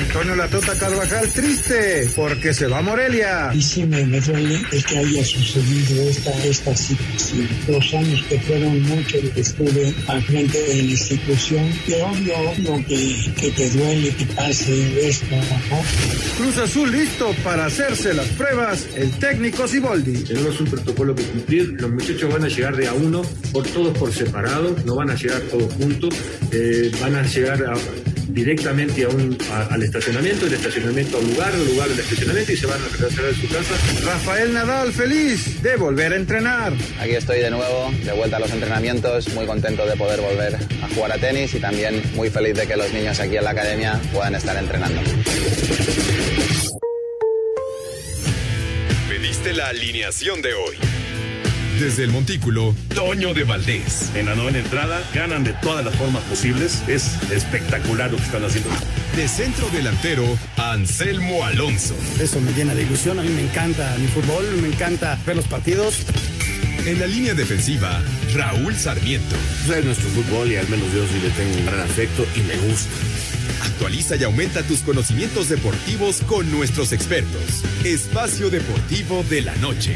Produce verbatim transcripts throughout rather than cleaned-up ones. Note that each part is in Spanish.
Antonio La Tota Carvajal triste porque se va a Morelia. Y sí me, me duele el que haya sucedido esta, esta situación. Los años que fueron muchos que estuve al frente de la institución, y obvio, obvio que, que te duele que pase esto, ¿no? Cruz Azul listo para hacerse las pruebas, el técnico Siboldi. Tenemos un protocolo que cumplir, los muchachos van a llegar de a uno, por todos por separado, no van a llegar todos juntos, eh, van a llegar a, directamente a un, a, al estacionamiento, el estacionamiento al lugar, el lugar del estacionamiento y se van a regresar a su casa. Rafael Nadal feliz de volver a entrenar. Aquí estoy de nuevo, de vuelta a los entrenamientos, muy contento de poder volver a jugar a tenis y también muy feliz de que los niños aquí en la academia puedan estar entrenando. Pediste la alineación de hoy. Desde el Montículo, Toño de Valdés. En la novena entrada, ganan de todas las formas posibles. Es espectacular lo que están haciendo. De centro delantero, Anselmo Alonso. Eso me llena de ilusión. A mí me encanta mi fútbol, me encanta ver los partidos. En la línea defensiva, Raúl Sarmiento. Es nuestro fútbol y al menos yo sí le tengo un gran afecto y me gusta. Actualiza y aumenta tus conocimientos deportivos con nuestros expertos. Espacio Deportivo de la Noche.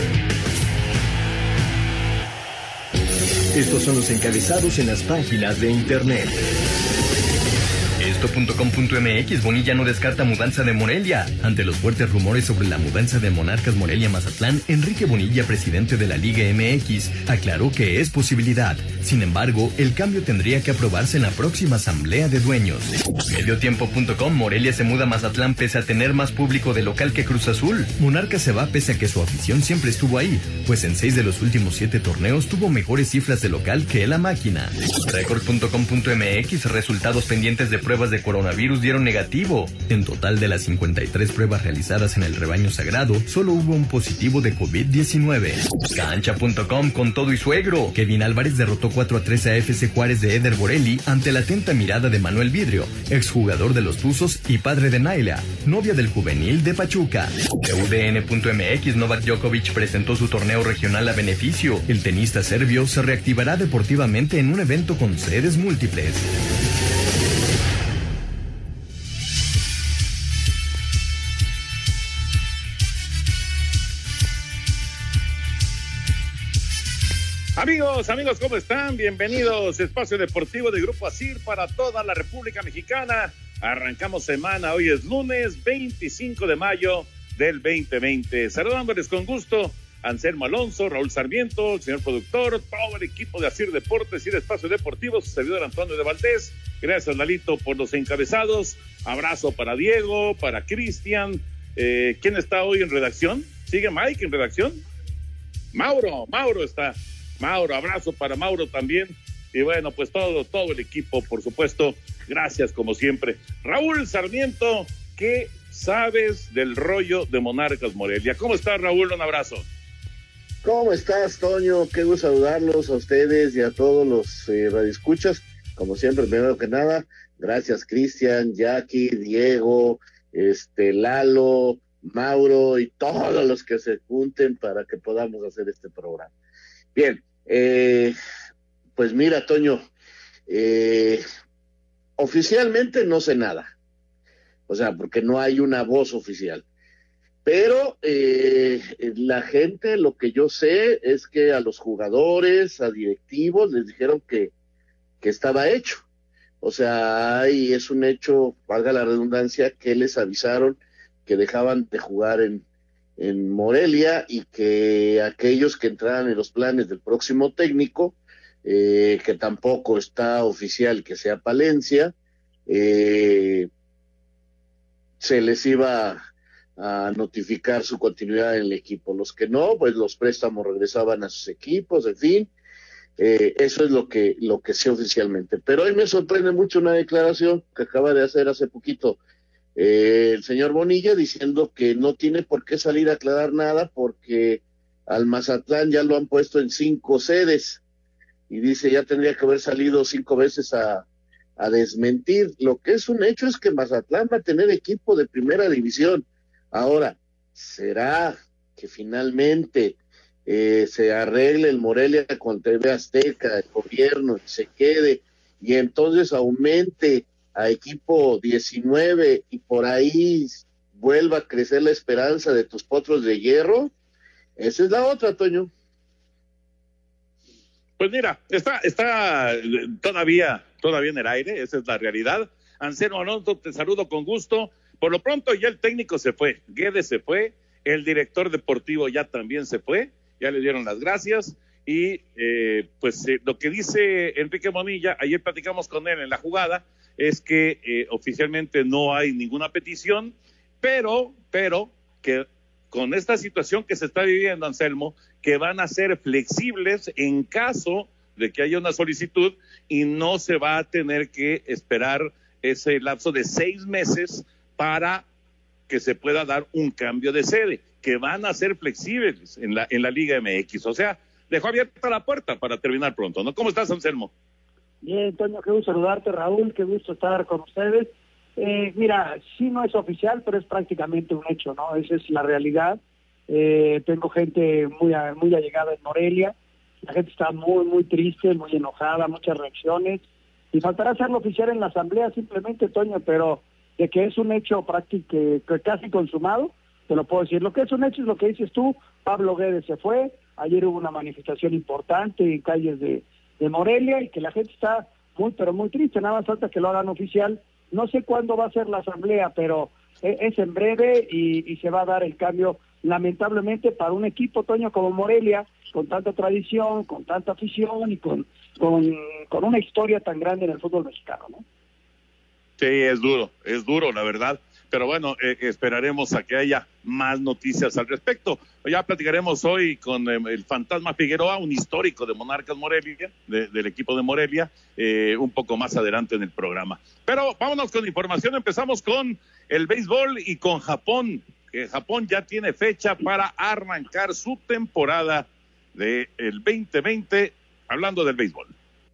Estos son los encabezados en las páginas de internet. Esto punto com punto m x, Bonilla no descarta mudanza de Morelia. Ante los fuertes rumores sobre la mudanza de Monarcas Morelia-Mazatlán, Enrique Bonilla, presidente de la Liga M X, aclaró que es posibilidad. Sin embargo, el cambio tendría que aprobarse en la próxima asamblea de dueños. Mediotiempo punto com, Morelia se muda a Mazatlán pese a tener más público de local que Cruz Azul. Monarcas se va pese a que su afición siempre estuvo ahí, pues en seis de los últimos siete torneos tuvo mejores cifras de local que la máquina. Record punto com punto m x, resultados pendientes de pruebas de coronavirus dieron negativo. En total de las cincuenta y tres pruebas realizadas en el rebaño sagrado, solo hubo un positivo de covid diecinueve. Cancha punto com, con todo y suegro. Kevin Álvarez derrotó cuatro a tres a F C Juárez de Eder Borelli ante la atenta mirada de Manuel Vidrio, exjugador de los Tuzos y padre de Naila, novia del juvenil de Pachuca. U D N punto m x, Novak Djokovic presentó su torneo regional a beneficio. El tenista serbio se reactivará deportivamente en un evento con sedes múltiples. Amigos, amigos, ¿cómo están? Bienvenidos a Espacio Deportivo de Grupo ASIR para toda la República Mexicana. Arrancamos semana, hoy es lunes veinticinco de mayo del veinte veinte. Saludándoles con gusto, Anselmo Alonso, Raúl Sarmiento, el señor productor, todo el equipo de ASIR Deportes y de Espacio Deportivo, su servidor Antonio de Valdés. Gracias, Lalito, por los encabezados. Abrazo para Diego, para Cristian. Eh, ¿Quién está hoy en redacción? ¿Sigue Mike en redacción? Mauro, Mauro está. Mauro, abrazo para Mauro también. Y bueno, pues todo, todo el equipo, por supuesto. Gracias, como siempre. Raúl Sarmiento, ¿qué sabes del rollo de Monarcas Morelia? ¿Cómo estás, Raúl? Un abrazo. ¿Cómo estás, Toño? Qué gusto saludarlos a ustedes y a todos los eh, radioescuchas. Como siempre, primero que nada, gracias, Cristian, Jackie, Diego, este, Lalo, Mauro y todos los que se junten para que podamos hacer este programa. Bien, eh, pues mira, Toño, eh, oficialmente no sé nada, o sea, porque no hay una voz oficial, pero eh, la gente, lo que yo sé es que a los jugadores, a directivos, les dijeron que, que estaba hecho, o sea, ahí es un hecho, valga la redundancia, que les avisaron que dejaban de jugar en en Morelia y que aquellos que entraran en los planes del próximo técnico, eh, que tampoco está oficial que sea Palencia, eh, se les iba a notificar su continuidad en el equipo. Los que no, pues los préstamos regresaban a sus equipos, en fin, eh, eso es lo que, lo que sé oficialmente. Pero hoy me sorprende mucho una declaración que acaba de hacer hace poquito Eh, el señor Bonilla, diciendo que no tiene por qué salir a aclarar nada porque al Mazatlán ya lo han puesto en cinco sedes y dice ya tendría que haber salido cinco veces a, a desmentir. Lo que es un hecho es que Mazatlán va a tener equipo de primera división. Ahora, ¿será que finalmente eh, se arregle el Morelia con T V Azteca, el gobierno, y se quede y entonces aumente a equipo diecinueve y por ahí vuelva a crecer la esperanza de tus potros de hierro, esa es la otra, Toño. Pues mira, está, está todavía, todavía en el aire, esa es la realidad. Anselmo Alonso, te saludo con gusto. Por lo pronto ya el técnico se fue, Guedes se fue, el director deportivo ya también se fue, ya le dieron las gracias. Y eh, pues eh, lo que dice Enrique Bonilla, ayer platicamos con él en la jugada, es que eh, oficialmente no hay ninguna petición, pero, pero que con esta situación que se está viviendo, Anselmo, que van a ser flexibles en caso de que haya una solicitud y no se va a tener que esperar ese lapso de seis meses para que se pueda dar un cambio de sede, que van a ser flexibles en la, en la Liga M X, o sea, dejó abierta la puerta para terminar pronto, ¿no? ¿Cómo estás, Anselmo? Bien, Toño, qué gusto saludarte, Raúl, qué gusto estar con ustedes. Eh, mira, sí no es oficial, pero es prácticamente un hecho, ¿no? Esa es la realidad. Eh, tengo gente muy, muy allegada en Morelia, la gente está muy, muy triste, muy enojada, muchas reacciones, y faltará hacerlo oficial en la asamblea simplemente, Toño, pero de que es un hecho práctico, que casi consumado, te lo puedo decir. Lo que es un hecho es lo que dices tú, Pablo Guedes se fue, ayer hubo una manifestación importante en calles de, de Morelia y que la gente está muy, pero muy triste, nada más falta que lo hagan oficial. No sé cuándo va a ser la asamblea, pero es en breve y, y se va a dar el cambio, lamentablemente, para un equipo, Toño, como Morelia, con tanta tradición, con tanta afición y con, con, con una historia tan grande en el fútbol mexicano, ¿no? Sí, es duro, es duro, la verdad. Pero bueno, eh, esperaremos a que haya más noticias al respecto. Ya platicaremos hoy con eh, el Fantasma Figueroa, un histórico de Monarcas Morelia, de, del equipo de Morelia, eh, un poco más adelante en el programa. Pero vámonos con información, empezamos con el béisbol y con Japón, que Japón ya tiene fecha para arrancar su temporada del veinte veinte, hablando del béisbol.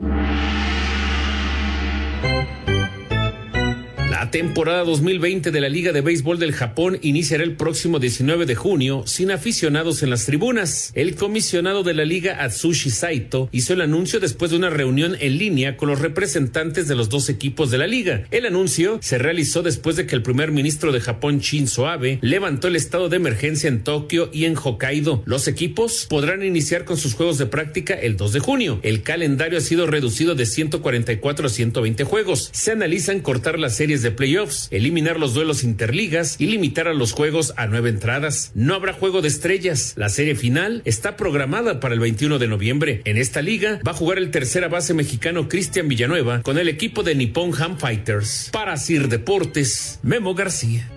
La temporada dos mil veinte de la Liga de Béisbol del Japón iniciará el próximo diecinueve de junio sin aficionados en las tribunas. El comisionado de la liga, Atsushi Saito, hizo el anuncio después de una reunión en línea con los representantes de los dos equipos de la liga. El anuncio se realizó después de que el primer ministro de Japón, Shinzo Abe, levantó el estado de emergencia en Tokio y en Hokkaido. Los equipos podrán iniciar con sus juegos de práctica el dos de junio. El calendario ha sido reducido de ciento cuarenta y cuatro a ciento veinte juegos. Se analizan cortar las series de playoffs, eliminar los duelos interligas y limitar a los juegos a nueve entradas. No habrá juego de estrellas. La serie final está programada para el veintiuno de noviembre. En esta liga va a jugar el tercera base mexicano Cristian Villanueva con el equipo de Nippon Ham Fighters. Para Sir Deportes, Memo García.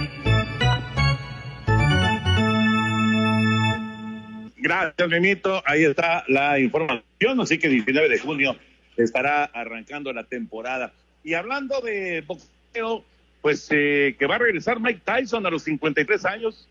Gracias, Memito. Ahí está la información. Así que diecinueve de junio estará arrancando la temporada. Y hablando de boxeo, pues eh, que va a regresar Mike Tyson a los cincuenta y tres años.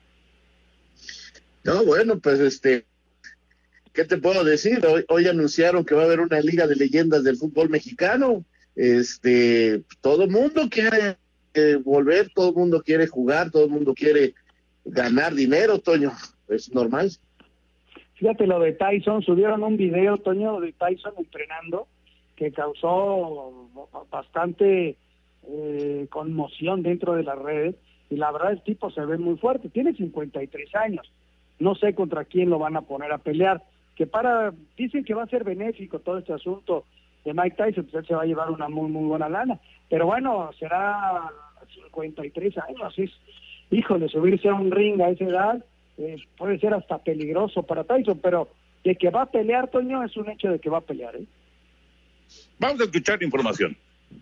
No, bueno, pues este, ¿qué te puedo decir? Hoy, hoy anunciaron que va a haber una liga de leyendas del fútbol mexicano. Este, todo el mundo quiere eh, volver, todo el mundo quiere jugar, todo el mundo quiere ganar dinero, Toño. Es normal. Fíjate lo de Tyson, subieron un video, Toño, de Tyson entrenando, que causó bastante eh, conmoción dentro de las redes, y la verdad el tipo se ve muy fuerte, tiene cincuenta y tres años, no sé contra quién lo van a poner a pelear, que para, dicen que va a ser benéfico todo este asunto de Mike Tyson, pues él se va a llevar una muy muy buena lana, pero bueno, será cincuenta y tres años, es, híjole, subirse a un ring a esa edad, eh, puede ser hasta peligroso para Tyson, pero de que va a pelear, Toño, es un hecho de que va a pelear, ¿eh? Vamos a escuchar información.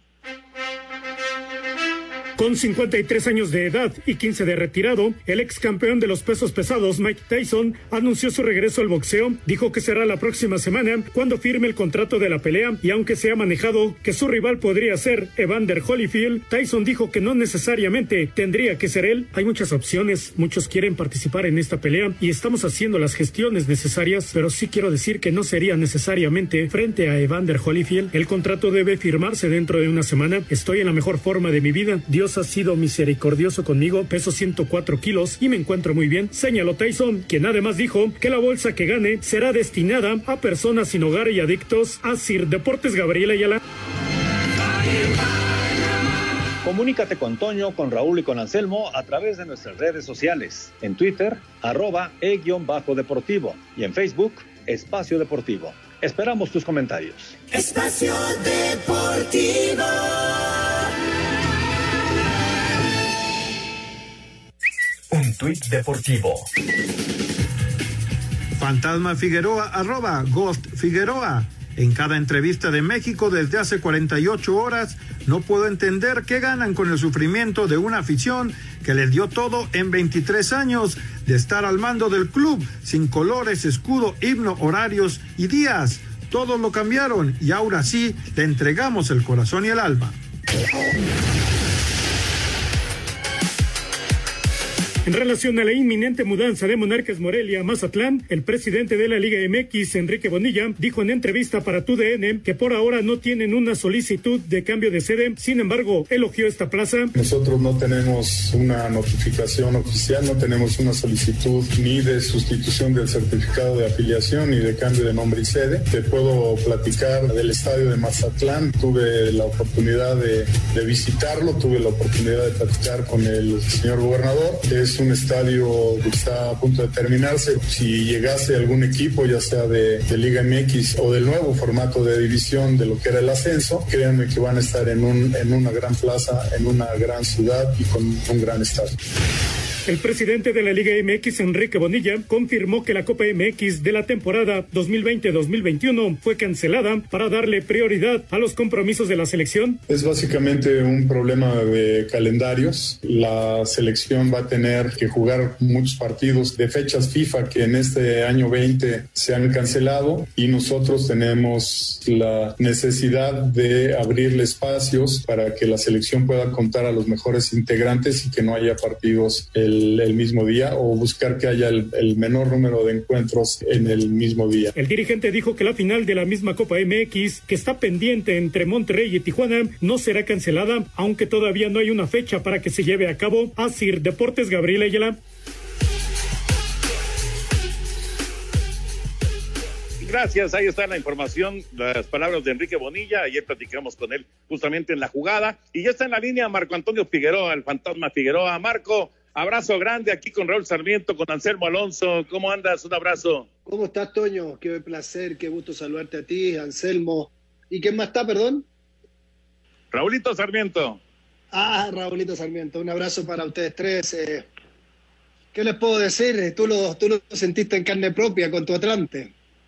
Con cincuenta y tres años de edad y quince de retirado, el ex campeón de los pesos pesados Mike Tyson anunció su regreso al boxeo. Dijo que será la próxima semana cuando firme el contrato de la pelea, y aunque se ha manejado que su rival podría ser Evander Holyfield, Tyson dijo que no necesariamente tendría que ser él. Hay muchas opciones, muchos quieren participar en esta pelea y estamos haciendo las gestiones necesarias, pero sí quiero decir que no sería necesariamente frente a Evander Holyfield. El contrato debe firmarse dentro de una semana. Estoy en la mejor forma de mi vida. Dios ha sido misericordioso conmigo, peso ciento cuatro kilos y me encuentro muy bien, señaló Tyson, quien además dijo que la bolsa que gane será destinada a personas sin hogar y adictos a Sir Deportes. Gabriela Ayala. Comunícate con Toño, con Raúl y con Anselmo a través de nuestras redes sociales. En Twitter, arroba e-deportivo y en Facebook, Espacio Deportivo. Esperamos tus comentarios. Espacio Deportivo. Un tuit deportivo. Fantasma Figueroa, arroba Ghost Figueroa. En cada entrevista de México desde hace cuarenta y ocho horas, no puedo entender qué ganan con el sufrimiento de una afición que les dio todo en veintitrés años de estar al mando del club, sin colores, escudo, himno, horarios y días. Todos lo cambiaron y ahora sí le entregamos el corazón y el alma. En relación a la inminente mudanza de Monarcas Morelia a Mazatlán, el presidente de la Liga M X, Enrique Bonilla, dijo en entrevista para T U D N que por ahora no tienen una solicitud de cambio de sede. Sin embargo, elogió esta plaza. Nosotros no tenemos una notificación oficial, no tenemos una solicitud ni de sustitución del certificado de afiliación ni de cambio de nombre y sede. Te puedo platicar del estadio de Mazatlán. Tuve la oportunidad de, de visitarlo, tuve la oportunidad de platicar con el señor gobernador. Es un estadio que está a punto de terminarse. Si llegase algún equipo, ya sea de, de Liga M X o del nuevo formato de división de lo que era el ascenso, créanme que van a estar en, un, en una gran plaza, en una gran ciudad y con un gran estadio. El presidente de la Liga M X, Enrique Bonilla, confirmó que la Copa M X de la temporada dos mil veinte dos mil veintiuno fue cancelada para darle prioridad a los compromisos de la selección. Es básicamente un problema de calendarios. La selección va a tener que jugar muchos partidos de fechas FIFA que en este año veinte se han cancelado y nosotros tenemos la necesidad de abrirle espacios para que la selección pueda contar a los mejores integrantes y que no haya partidos el El, el mismo día o buscar que haya el, el menor número de encuentros en el mismo día. El dirigente dijo que la final de la misma Copa M X, que está pendiente entre Monterrey y Tijuana, no será cancelada, aunque todavía no hay una fecha para que se lleve a cabo. Asir Deportes, Gabriel Ayala. Gracias, ahí está la información, las palabras de Enrique Bonilla. Ayer platicamos con él justamente en la jugada y ya está en la línea Marco Antonio Figueroa, el fantasma Figueroa. Marco, abrazo grande aquí con Raúl Sarmiento, con Anselmo Alonso. ¿Cómo andas? Un abrazo. ¿Cómo estás, Toño? Qué placer, qué gusto saludarte a ti, Anselmo. ¿Y quién más está, perdón? Raulito Sarmiento. Ah, Raulito Sarmiento. Un abrazo para ustedes tres. Eh, ¿Qué les puedo decir? Tú lo, tú lo sentiste en carne propia con tu Atlante.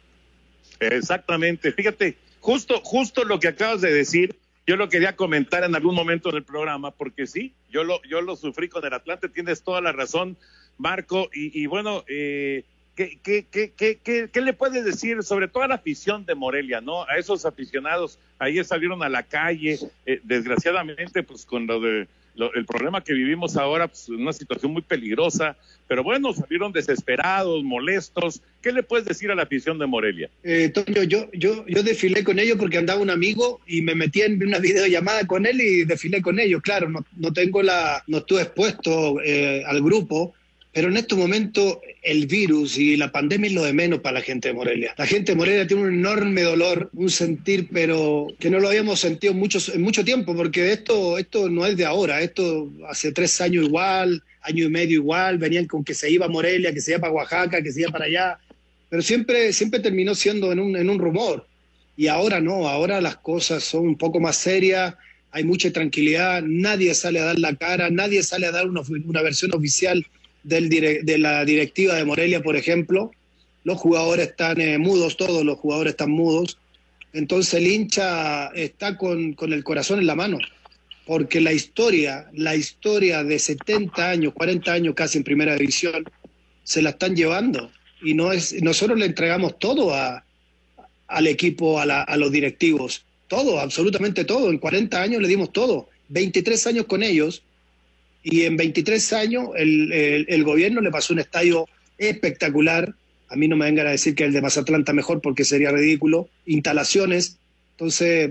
Exactamente. Fíjate, justo, justo lo que acabas de decir, yo lo quería comentar en algún momento del programa, porque sí, yo lo, yo lo sufrí con el Atlante, tienes toda la razón, Marco, y, y bueno, eh, ¿qué, qué, qué, qué, qué, ¿qué le puedes decir sobre toda la afición de Morelia, no? A esos aficionados, ayer salieron a la calle, eh, desgraciadamente, pues con lo de lo, el problema que vivimos ahora, pues una situación muy peligrosa, pero bueno, salieron desesperados, molestos. ¿Qué le puedes decir a la afición de Morelia? Eh, Toño, yo, yo, yo desfilé con ellos porque andaba un amigo y me metí en una videollamada con él y desfilé con ellos. Claro, no, no tengo la, no estuve expuesto eh, al grupo, pero en este momento el virus y la pandemia es lo de menos para la gente de Morelia. La gente de Morelia tiene un enorme dolor, un sentir, pero que no lo habíamos sentido mucho, en mucho tiempo, porque esto, esto no es de ahora, esto hace tres años igual, año y medio igual, venían con que se iba a Morelia, que se iba para Oaxaca, que se iba para allá, pero siempre, siempre terminó siendo en un, en un rumor. Y ahora no, ahora las cosas son un poco más serias, hay mucha tranquilidad, nadie sale a dar la cara, nadie sale a dar una, una versión oficial del dire, de la directiva de Morelia, por ejemplo. Los jugadores están eh, mudos, todos los jugadores están mudos. Entonces el hincha está con, con el corazón en la mano, porque la historia, la historia de setenta años, cuarenta años casi en primera división, se la están llevando. Y no es, nosotros le entregamos todo a, al equipo, a, la, a los directivos, todo, absolutamente todo. En cuarenta años le dimos todo, veintitrés años con ellos, y en veintitrés años el, el, el gobierno le pasó un estadio espectacular. A mí no me vengan a decir que el de Mazatlán está mejor porque sería ridículo. Instalaciones. Entonces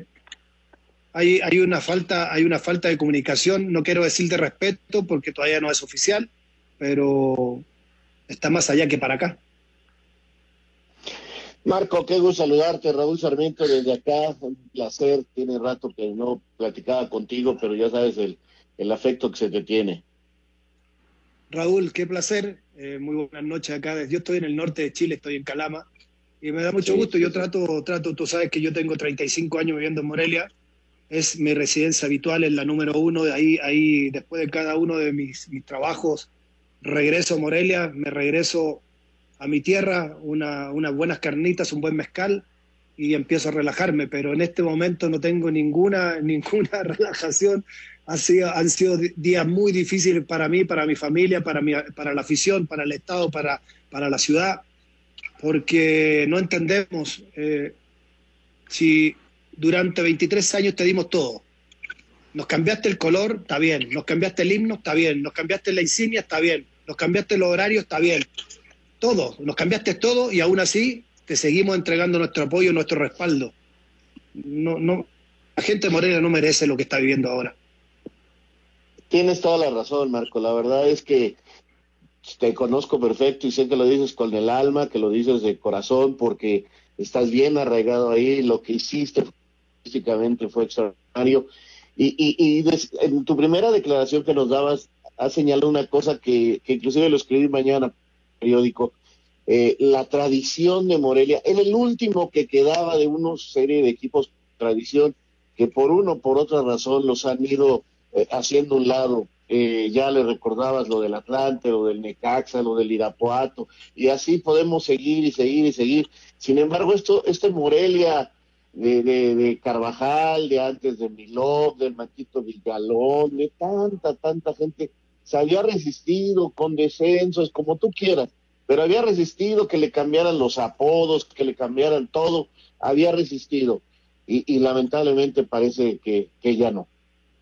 hay, hay, una falta, hay una falta de comunicación, no quiero decir de respeto porque todavía no es oficial, pero está más allá que para acá. Marco, qué gusto saludarte. Raúl Sarmiento desde acá, un placer. Tiene rato que no platicaba contigo, pero ya sabes el, el afecto que se te tiene. Raúl, qué placer. Eh, muy buenas noches acá. Yo estoy en el norte de Chile, estoy en Calama, y me da mucho sí, gusto. Yo trato, trato, tú sabes que yo tengo treinta y cinco años viviendo en Morelia. Es mi residencia habitual, es la número uno. De ahí, ahí después de cada uno de mis, mis trabajos, regreso a Morelia, me regreso a mi tierra, una, unas buenas carnitas, un buen mezcal, y empiezo a relajarme. Pero en este momento no tengo ninguna, ninguna relajación. Han sido, han sido días muy difíciles para mí, para mi familia, para, mi, para la afición, para el Estado, para, para la ciudad, porque no entendemos eh, si durante veintitrés años te dimos todo. Nos cambiaste el color, está bien. Nos cambiaste el himno, está bien. Nos cambiaste la insignia, está bien. Nos cambiaste los horarios, está bien. Todo, nos cambiaste todo y aún así te seguimos entregando nuestro apoyo, nuestro respaldo. No, no, la gente de Morelia no merece lo que está viviendo ahora. Tienes toda la razón, Marco. La verdad es que te conozco perfecto y sé que lo dices con el alma, que lo dices de corazón, porque estás bien arraigado ahí. Lo que hiciste físicamente fue extraordinario. Y, y, y des, en tu primera declaración que nos dabas, has señalado una cosa que, que inclusive lo escribí mañana en el periódico. Eh, la tradición de Morelia, era el último que quedaba de una serie de equipos de tradición que por una o por otra razón los han ido eh, haciendo un lado. Eh, ya le recordabas lo del Atlante, lo del Necaxa, lo del Irapuato, y así podemos seguir y seguir y seguir. Sin embargo, esto, este Morelia de, de, de Carvajal, de antes de Milov, del Maquito Villalón, de tanta, tanta gente, se había resistido con descensos, como tú quieras, pero había resistido que le cambiaran los apodos, que le cambiaran todo, había resistido, y, y lamentablemente parece que, que ya no.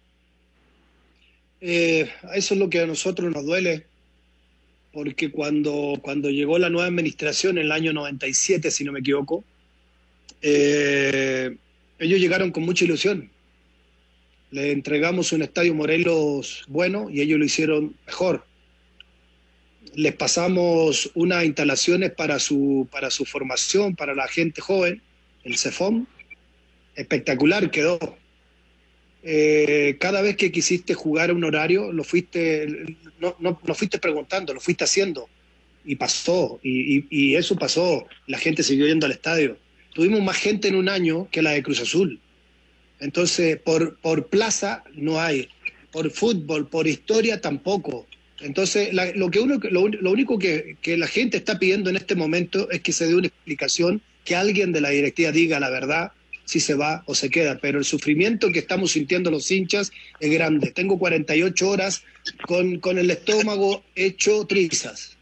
Eh, eso es lo que a nosotros nos duele, porque cuando, cuando llegó la nueva administración en el año noventa y siete, si no me equivoco, eh, ellos llegaron con mucha ilusión. Le entregamos un estadio Morelos bueno y ellos lo hicieron mejor. Les pasamos unas instalaciones para su, para su formación, para la gente joven, el CEFOM, espectacular quedó. Eh, cada vez que quisiste jugar a un horario, lo fuiste, no, no, no fuiste preguntando, lo fuiste haciendo, y pasó, y, y, y eso pasó, la gente siguió yendo al estadio. Tuvimos más gente en un año que la de Cruz Azul. Entonces, por, por plaza no hay, por fútbol, por historia tampoco. Entonces, la, lo, que uno, lo, lo único que, que la gente está pidiendo en este momento es que se dé una explicación, que alguien de la directiva diga la verdad, si se va o se queda, pero el sufrimiento que estamos sintiendo los hinchas es grande. Tengo cuarenta y ocho horas con, con el estómago hecho trizas.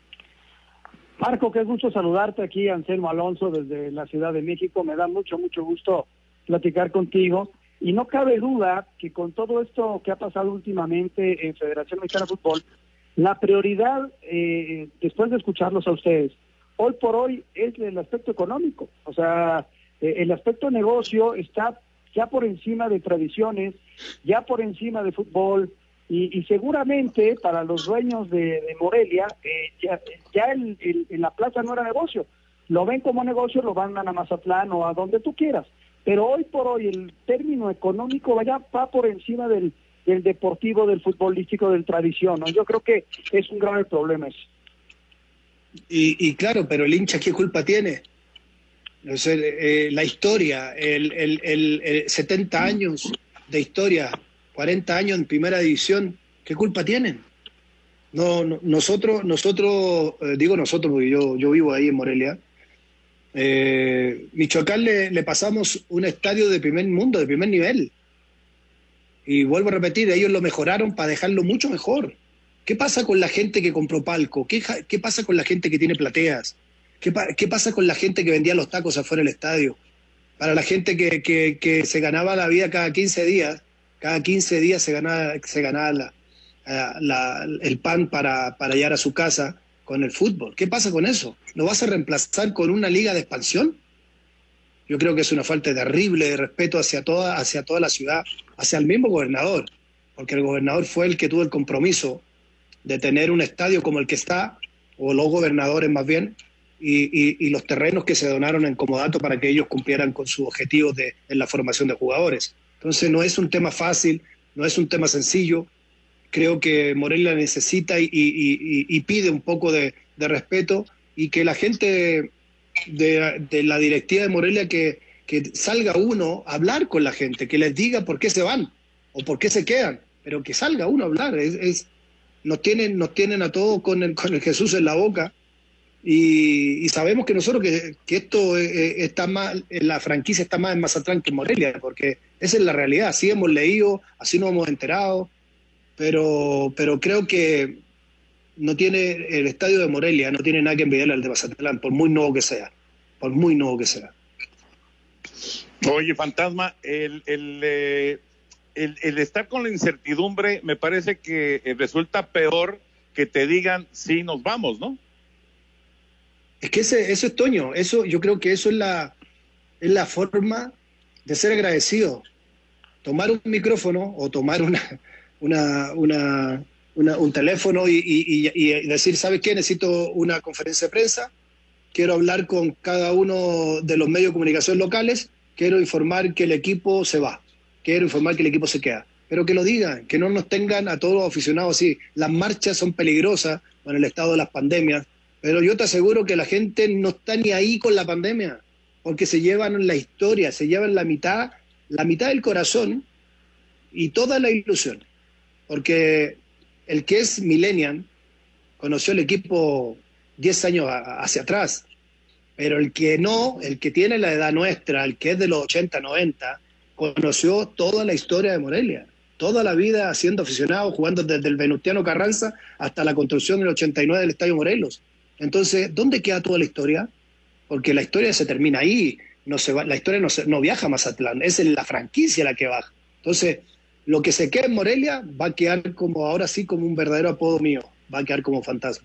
Marco, qué gusto saludarte aquí, Anselmo Alonso, desde la Ciudad de México. Me da mucho, mucho gusto platicar contigo. Y no cabe duda que con todo esto que ha pasado últimamente en Federación Mexicana de Fútbol, la prioridad, eh, después de escucharlos a ustedes, hoy por hoy es el aspecto económico. O sea, eh, el aspecto negocio está ya por encima de tradiciones, ya por encima de fútbol, y, y seguramente para los dueños de, de Morelia, eh, ya, ya el, el, en la plaza no era negocio. Lo ven como negocio, lo mandan a Mazatlán o a donde tú quieras. Pero hoy por hoy el término económico vaya, va por encima del, del deportivo, del futbolístico, del tradición, ¿no? Yo creo que es un grave problema eso. Y, y claro, pero el hincha, ¿qué culpa tiene? O sea, eh, la historia, el, el, el, el setenta años de historia, cuarenta años en primera división, ¿qué culpa tienen? No, no nosotros, nosotros eh, digo nosotros porque yo, yo vivo ahí en Morelia. Eh, Michoacán le, le pasamos un estadio de primer mundo, de primer nivel. Y vuelvo a repetir, ellos lo mejoraron para dejarlo mucho mejor. ¿Qué pasa con la gente que compró palco? ¿Qué, qué pasa con la gente que tiene plateas? ¿Qué, ¿Qué pasa con la gente que vendía los tacos afuera del estadio? Para la gente que, que, que se ganaba la vida cada quince días, cada quince días se ganaba, se ganaba la, la, el pan para, para llegar a su casa con el fútbol. ¿Qué pasa con eso? ¿Lo vas a reemplazar con una liga de expansión? Yo creo que es una falta terrible de respeto hacia toda, hacia toda la ciudad, hacia el mismo gobernador, porque el gobernador fue el que tuvo el compromiso de tener un estadio como el que está, o los gobernadores más bien, y, y, y los terrenos que se donaron en comodato para que ellos cumplieran con sus objetivos de, en la formación de jugadores. Entonces no es un tema fácil, no es un tema sencillo. Creo que Morelia necesita y, y, y, y pide un poco de, de respeto, y que la gente de, de la directiva de Morelia que, que salga uno a hablar con la gente, que les diga por qué se van o por qué se quedan, pero que salga uno a hablar. Es, es, nos, tienen, nos tienen a todos con el, con el Jesús en la boca, y, y sabemos que nosotros que, que esto eh, está más, la franquicia está más en Mazatlán que en Morelia, porque esa es la realidad. Así hemos leído, así nos hemos enterado, pero, pero creo que no tiene el estadio de Morelia, no tiene nada que envidiarle al de Mazatlán, por muy nuevo que sea, por muy nuevo que sea. Oye, Fantasma, el, el, eh, el, el estar con la incertidumbre me parece que resulta peor que te digan sí, nos vamos, ¿no? Es que ese, eso es Toño, eso, yo creo que eso es la, es la forma de ser agradecido. Tomar un micrófono o tomar una, una, una, una un teléfono y, y, y decir, ¿sabes qué? Necesito una conferencia de prensa, quiero hablar con cada uno de los medios de comunicación locales, quiero informar que el equipo se va, quiero informar que el equipo se queda. Pero que lo digan, que no nos tengan a todos los aficionados así. Las marchas son peligrosas con el estado de las pandemias, pero yo te aseguro que la gente no está ni ahí con la pandemia, porque se llevan la historia, se llevan la mitad, la mitad del corazón y toda la ilusión. Porque el que es millennial conoció el equipo diez años hacia atrás, pero el que no, el que tiene la edad nuestra, el que es de los ochenta, noventa, conoció toda la historia de Morelia, toda la vida siendo aficionado, jugando desde el Venustiano Carranza hasta la construcción del ochenta y nueve del Estadio Morelos. Entonces, ¿dónde queda toda la historia? Porque la historia se termina ahí, no se va, la historia no, se, no viaja a Mazatlán, es la franquicia la que baja. Entonces, lo que se queda en Morelia va a quedar como, ahora sí, como un verdadero apodo mío, va a quedar como Fantasma.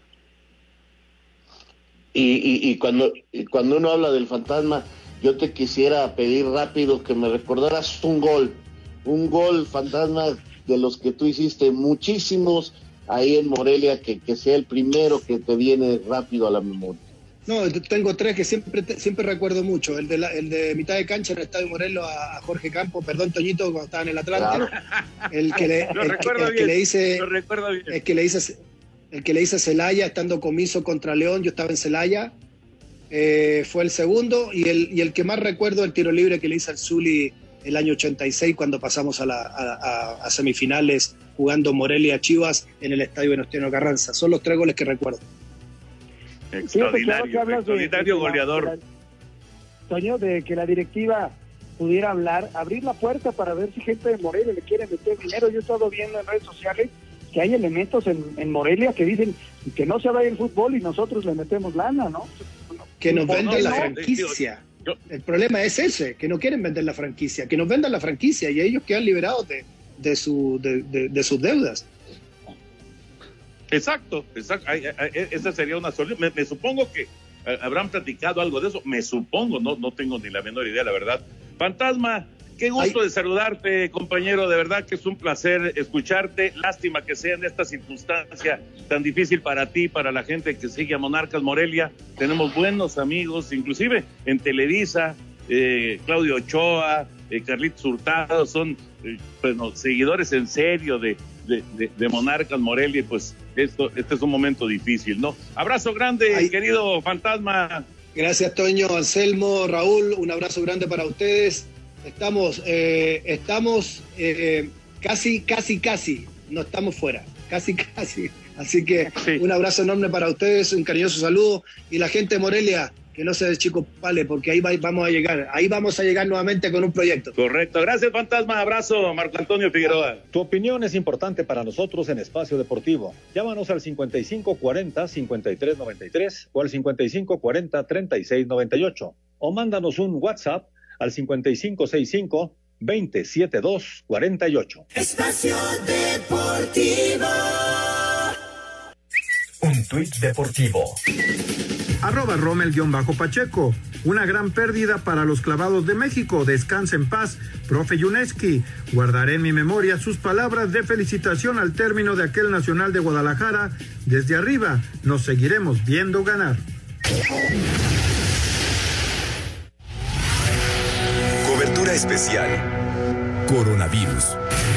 Y, y, y, cuando, y cuando uno habla del Fantasma, yo te quisiera pedir rápido que me recordaras un gol, un gol, Fantasma, de los que tú hiciste muchísimos ahí en Morelia, que, que sea el primero que te viene rápido a la memoria. No, tengo tres que siempre siempre recuerdo mucho. El de, la, el de mitad de cancha en el Estadio Morelos a, a Jorge Campos, perdón, Toñito, cuando estaba en el Atlante. Claro. El que le, el, el, el que le dice, el que le dice, el que le dice Celaya, estando comiso contra León, yo estaba en Celaya, eh, fue el segundo, y el, y el que más recuerdo, el tiro libre que le hice al Zuli el año ochenta y seis, cuando pasamos a, la, a, a, a semifinales jugando Morelia Chivas en el Estadio Venustiano Carranza. Son los tres goles que recuerdo. Extraordinario, que extraordinario de, de goleador. La, Toño, de que la directiva pudiera hablar, abrir la puerta para ver si gente de Morelia le quiere meter dinero. Yo he estado viendo en redes sociales que hay elementos en, en Morelia que dicen que no se vaya el fútbol y nosotros le metemos lana, ¿no? Que nos vendan no, la no, franquicia. Yo, el problema es ese, que no quieren vender la franquicia, que nos vendan la franquicia y ellos quedan liberados de, de, su, de, de, de sus deudas. Exacto, exacto. Esa sería una solución. Me, me supongo que eh, habrán platicado algo de eso. Me supongo, no, no tengo ni la menor idea, la verdad. Fantasma, qué gusto Ay. de saludarte, compañero. De verdad que es un placer escucharte. Lástima que sea en esta circunstancia tan difícil para ti, para la gente que sigue a Monarcas Morelia. Tenemos buenos amigos, inclusive en Televisa, eh, Claudio Ochoa, eh, Carlitos Hurtado, son eh, bueno, seguidores en serio de De, de, de Monarcas Morelia, y pues esto, este es un momento difícil, ¿no? Abrazo grande, Ay. querido Fantasma. Gracias, Toño, Anselmo, Raúl, un abrazo grande para ustedes. Estamos, eh, estamos eh, casi, casi, casi, no estamos fuera, casi, casi. Así que sí. Un abrazo enorme para ustedes, un cariñoso saludo, y la gente de Morelia, que no se deschicopale, porque ahí va, vamos a llegar, ahí vamos a llegar nuevamente con un proyecto. Correcto, gracias Fantasma, abrazo, Marco Antonio Figueroa. Tu opinión es importante para nosotros en Espacio Deportivo. Llámanos al cincuenta y cinco cuarenta, cincuenta y tres noventa y tres o al cincuenta y cinco cuarenta, treinta y seis noventa y ocho, o mándanos un WhatsApp al cincuenta y cinco sesenta y cinco, veinte setenta y dos cuarenta y ocho. Espacio Deportivo. Un tuit deportivo. Arroba Rommel-Pacheco. Una gran pérdida para los clavados de México. Descansa en paz, profe Yuneski. Guardaré en mi memoria sus palabras de felicitación al término de aquel Nacional de Guadalajara. Desde arriba nos seguiremos viendo ganar. Cobertura especial. Coronavirus.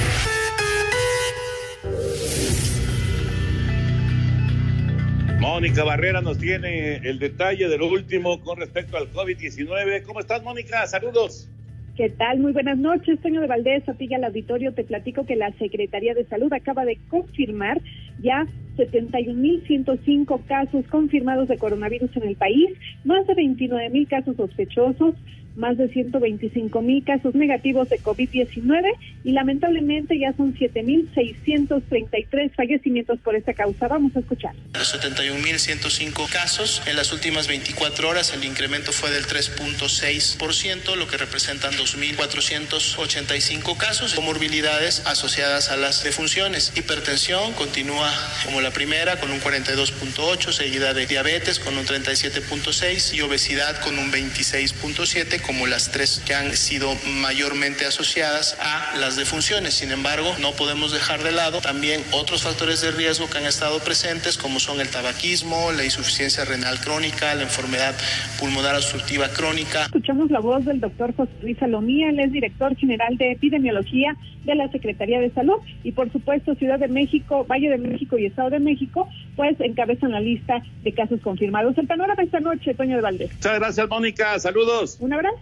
Mónica Barrera nos tiene el detalle de lo último con respecto al COVID diecinueve. ¿Cómo estás, Mónica? Saludos. ¿Qué tal? Muy buenas noches, Toño de Valdés, a ti y al auditorio. Te platico que la Secretaría de Salud acaba de confirmar ya setenta y un mil ciento cinco casos confirmados de coronavirus en el país, más de veintinueve mil casos sospechosos, más de ciento veinticinco mil casos negativos de COVID diecinueve y lamentablemente ya son siete mil seiscientos treinta y tres fallecimientos por esta causa. Vamos a escuchar. Los setenta y un mil ciento cinco casos, en las últimas veinticuatro horas el incremento fue del tres punto seis por ciento, lo que representan dos mil cuatrocientos ochenta y cinco casos, comorbilidades asociadas a las defunciones. Hipertensión continúa como la primera con un cuarenta y dos punto ocho, seguida de diabetes con un treinta y siete punto seis y obesidad con un veintiséis punto siete, como las tres que han sido mayormente asociadas a las defunciones. Sin embargo, no podemos dejar de lado también otros factores de riesgo que han estado presentes, como son el tabaquismo, la insuficiencia renal crónica, la enfermedad pulmonar obstructiva crónica. Escuchamos la voz del doctor José Luis Salomía, él es director general de epidemiología de la Secretaría de Salud, y por supuesto Ciudad de México, Valle de México y Estado de México, pues encabezan la lista de casos confirmados. El panorama esta noche, Toño de Valdés. Muchas gracias, Mónica. Saludos. Un abrazo.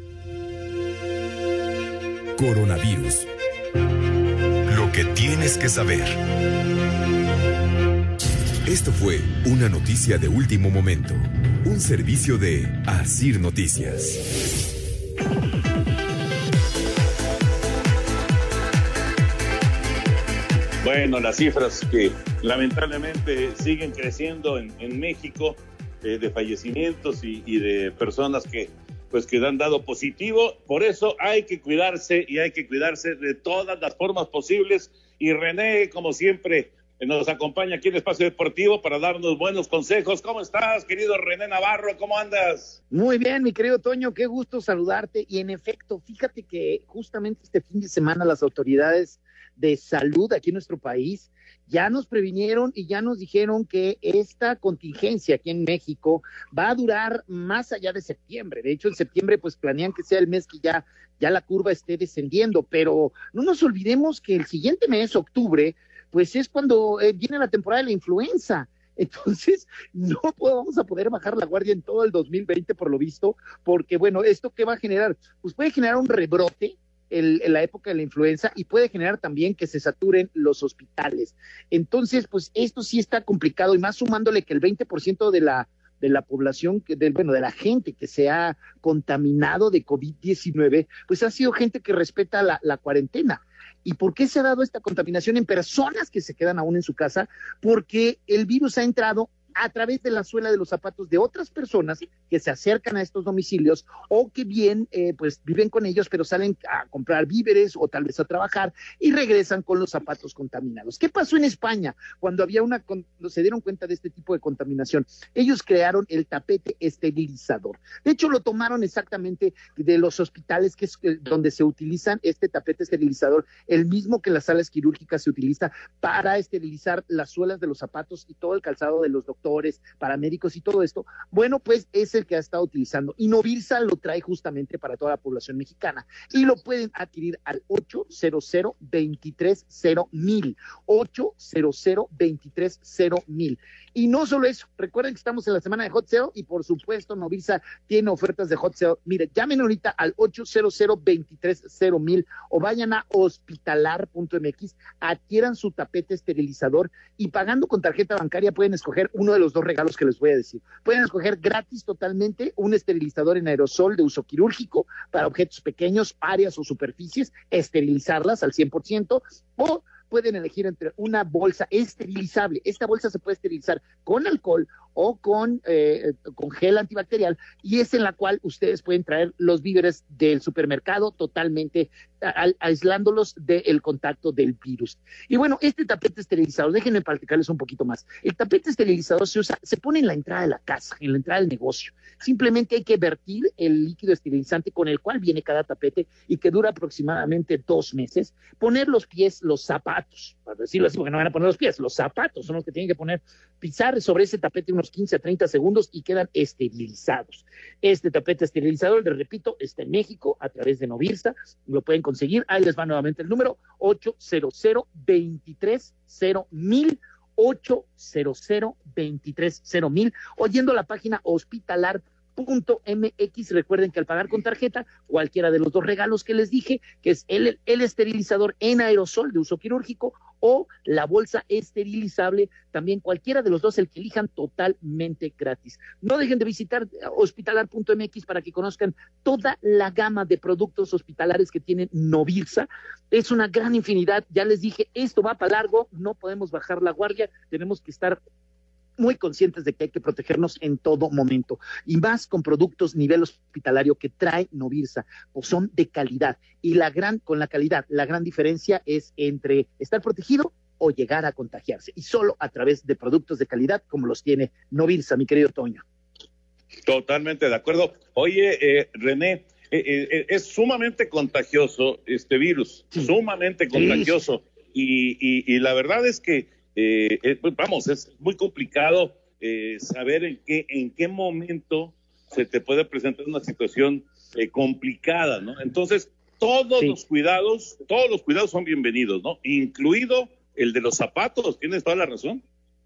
Coronavirus. Lo que tienes que saber. Esto fue una noticia de último momento. Un servicio de Asir Noticias. Bueno, las cifras que lamentablemente siguen creciendo en, en México, eh, de fallecimientos y, y de personas que pues que han dado positivo. Por eso hay que cuidarse y hay que cuidarse de todas las formas posibles. Y René, como siempre, nos acompaña aquí en Espacio Deportivo para darnos buenos consejos. ¿Cómo estás, querido René Navarro? ¿Cómo andas? Muy bien, mi querido Toño, qué gusto saludarte. Y en efecto, fíjate que justamente este fin de semana las autoridades de salud aquí en nuestro país ya nos previnieron y ya nos dijeron que esta contingencia aquí en México va a durar más allá de septiembre. De hecho, en septiembre pues planean que sea el mes que ya, ya la curva esté descendiendo, pero no nos olvidemos que el siguiente mes, octubre, pues es cuando eh, viene la temporada de la influenza. Entonces, no vamos a poder bajar la guardia en todo el dos mil veinte, por lo visto, porque bueno, ¿esto qué va a generar? Pues puede generar un rebrote El, en la época de la influenza y puede generar también que se saturen los hospitales. Entonces, pues esto sí está complicado, y más sumándole que el veinte por ciento de la de la población, que del, bueno, de la gente que se ha contaminado de COVID diecinueve, pues ha sido gente que respeta la, la cuarentena. ¿Y por qué se ha dado esta contaminación en personas que se quedan aún en su casa? Porque el virus ha entrado a través de la suela de los zapatos de otras personas que se acercan a estos domicilios o que bien eh, pues viven con ellos, pero salen a comprar víveres o tal vez a trabajar y regresan con los zapatos contaminados. ¿Qué pasó en España cuando había una cuando se dieron cuenta de este tipo de contaminación? Ellos crearon el tapete esterilizador. De hecho, lo tomaron exactamente de los hospitales, que es donde se utilizan este tapete esterilizador, el mismo que en las salas quirúrgicas se utiliza para esterilizar las suelas de los zapatos y todo el calzado de los doctores, paramédicos y todo esto. Bueno, pues es el que ha estado utilizando, y Novirsa lo trae justamente para toda la población mexicana, y lo pueden adquirir al ocho cero cero, veintitrés cero mil, ocho cero cero, veintitrés cero mil. Y no solo eso, recuerden que estamos en la semana de Hot Sale y por supuesto Novirsa tiene ofertas de Hot Sale. Mire, llamen ahorita al ocho cero cero, veintitrés cero mil o vayan a hospitalar punto m x, adquieran su tapete esterilizador y pagando con tarjeta bancaria pueden escoger uno de los dos regalos que les voy a decir. Pueden escoger gratis totalmente un esterilizador en aerosol de uso quirúrgico para objetos pequeños, áreas o superficies, esterilizarlas al cien por ciento, o pueden elegir entre una bolsa esterilizable. Esta bolsa se puede esterilizar con alcohol o con, eh, con gel antibacterial, y es en la cual ustedes pueden traer los víveres del supermercado totalmente a, aislándolos del contacto del virus. Y bueno, este tapete esterilizador, déjenme platicarles un poquito más. El tapete esterilizador se usa, se pone en la entrada de la casa, en la entrada del negocio. Simplemente hay que vertir el líquido esterilizante con el cual viene cada tapete y que dura aproximadamente dos meses, poner los pies, los zapatos, para decirlo así, porque no van a poner los pies, los zapatos son los que tienen que poner, pisar sobre ese tapete unos unos quince a treinta segundos y quedan esterilizados. Este tapete esterilizador, les repito, está en México a través de Novirsa, lo pueden conseguir, ahí les va nuevamente el número ocho cero cero, veintitrés cero mil, ocho cero cero, veintitrés cero mil, oyendo la página hospitalar punto m x. Recuerden que al pagar con tarjeta, cualquiera de los dos regalos que les dije, que es el, el esterilizador en aerosol de uso quirúrgico o la bolsa esterilizable, también cualquiera de los dos, el que elijan, totalmente gratis. No dejen de visitar hospitalar punto m x para que conozcan toda la gama de productos hospitalares que tienen Novirsa. Es una gran infinidad, ya les dije, esto va para largo, no podemos bajar la guardia, tenemos que estar muy conscientes de que hay que protegernos en todo momento, y más con productos nivel hospitalario que trae Novirsa, pues son de calidad, y la gran, con la calidad, la gran diferencia es entre estar protegido o llegar a contagiarse, y solo a través de productos de calidad como los tiene Novirsa, mi querido Toño. Totalmente de acuerdo. Oye, eh, René, eh, eh, es sumamente contagioso este virus, sí. sumamente contagioso, sí. y, y, y la verdad es que Eh, eh, vamos, es muy complicado eh, saber en qué en qué momento se te puede presentar una situación eh, complicada, ¿no? Entonces, todos sí. los cuidados, todos los cuidados son bienvenidos, ¿no? Incluido el de los zapatos, tienes toda la razón.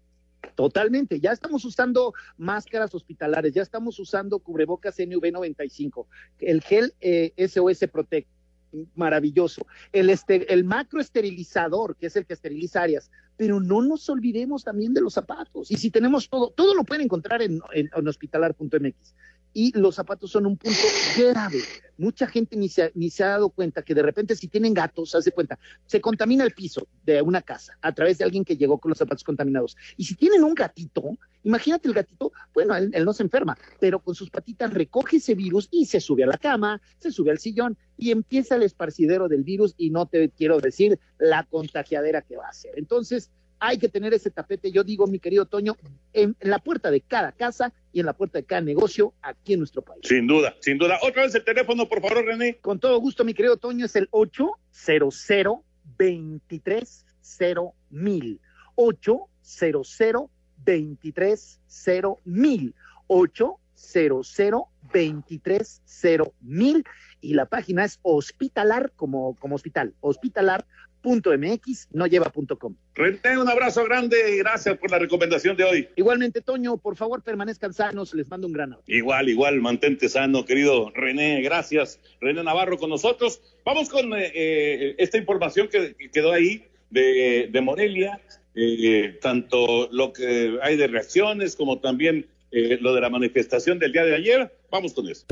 Totalmente, ya estamos usando máscaras hospitalares, ya estamos usando cubrebocas N V noventa y cinco, el gel eh, S O S Protect, maravilloso, el, este, el macroesterilizador, que es el que esteriliza áreas, pero no nos olvidemos también de los zapatos, y si tenemos todo, todo lo pueden encontrar en, en, en hospitalar punto m x, y los zapatos son un punto grave. Mucha gente ni se, ni se ha dado cuenta que de repente si tienen gatos, hace cuenta, se contamina el piso de una casa a través de alguien que llegó con los zapatos contaminados, y si tienen un gatito, imagínate el gatito, bueno, él, él no se enferma, pero con sus patitas recoge ese virus y se sube a la cama, se sube al sillón y empieza el esparcidero del virus, y no te quiero decir la contagiadera que va a ser. Entonces, hay que tener ese tapete, yo digo, mi querido Toño, en, en la puerta de cada casa y en la puerta de cada negocio aquí en nuestro país. Sin duda, sin duda. Otra vez el teléfono, por favor, René. Con todo gusto, mi querido Toño, es el ocho cero cero, veintitrés cero mil. ocho cero cero, veintitrés cero mil. ocho cero cero, veintitrés cero mil. Y la página es hospitalar, como, como hospital, hospitalar punto m x, no lleva punto com. René, un abrazo grande y gracias por la recomendación de hoy. Igualmente, Toño, por favor, permanezcan sanos, les mando un gran abrazo. Igual, igual, mantente sano, querido René, gracias. René Navarro con nosotros. Vamos con eh, eh, esta información que, que quedó ahí de, de Morelia, eh, tanto lo que hay de reacciones como también eh, lo de la manifestación del día de ayer. Vamos con eso.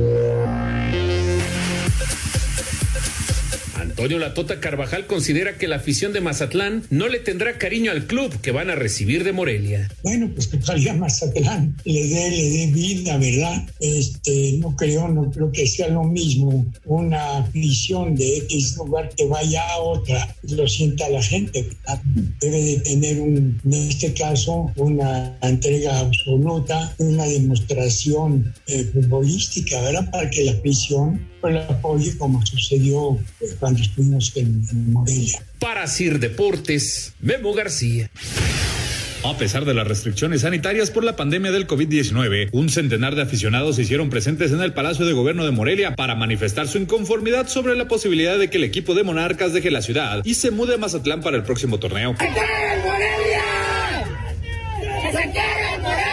Antonio Latota Carvajal considera que la afición de Mazatlán no le tendrá cariño al club que van a recibir de Morelia. Bueno, pues que ojalá Mazatlán le dé, le dé vida, ¿verdad? Este, no creo, no creo que sea lo mismo una afición de X lugar que vaya a otra, lo sienta la gente, ¿verdad? Debe de tener un, en este caso, una entrega absoluta, una demostración eh, futbolística, ¿verdad? Para que la afición pues la apoye, como sucedió pues, cuando estuvimos en, en Morelia. Para Sir Deportes, Memo García. A pesar de las restricciones sanitarias por la pandemia del COVID diecinueve, un centenar de aficionados se hicieron presentes en el Palacio de Gobierno de Morelia para manifestar su inconformidad sobre la posibilidad de que el equipo de Monarcas deje la ciudad y se mude a Mazatlán para el próximo torneo. ¡Se quiere Morelia! ¡Se quiere Morelia!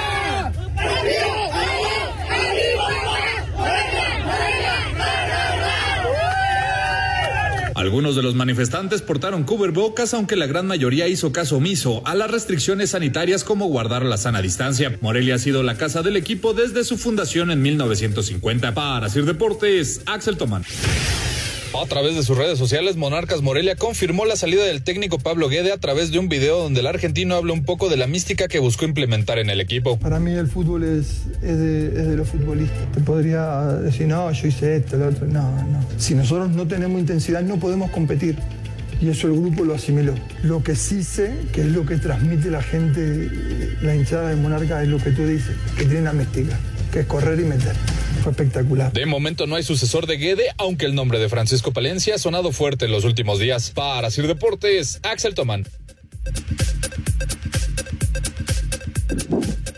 Algunos de los manifestantes portaron cubrebocas, aunque la gran mayoría hizo caso omiso a las restricciones sanitarias como guardar la sana distancia. Morelia ha sido la casa del equipo desde su fundación en mil novecientos cincuenta. Para Sir Deportes, Axel Tomán. A través de sus redes sociales, Monarcas Morelia confirmó la salida del técnico Pablo Guede a través de un video donde el argentino habla un poco de la mística que buscó implementar en el equipo. Para mí el fútbol es, es, de, es de los futbolistas. Te podría decir, no, yo hice esto, lo otro. No, no. Si nosotros no tenemos intensidad, no podemos competir. Y eso el grupo lo asimiló. Lo que sí sé, que es lo que transmite la gente, la hinchada de Monarcas, es lo que tú dices, que tiene la mística, que es correr y meter. Fue espectacular. De momento no hay sucesor de Guede, aunque el nombre de Francisco Palencia ha sonado fuerte en los últimos días. Para Sir Deportes, Axel Tomán.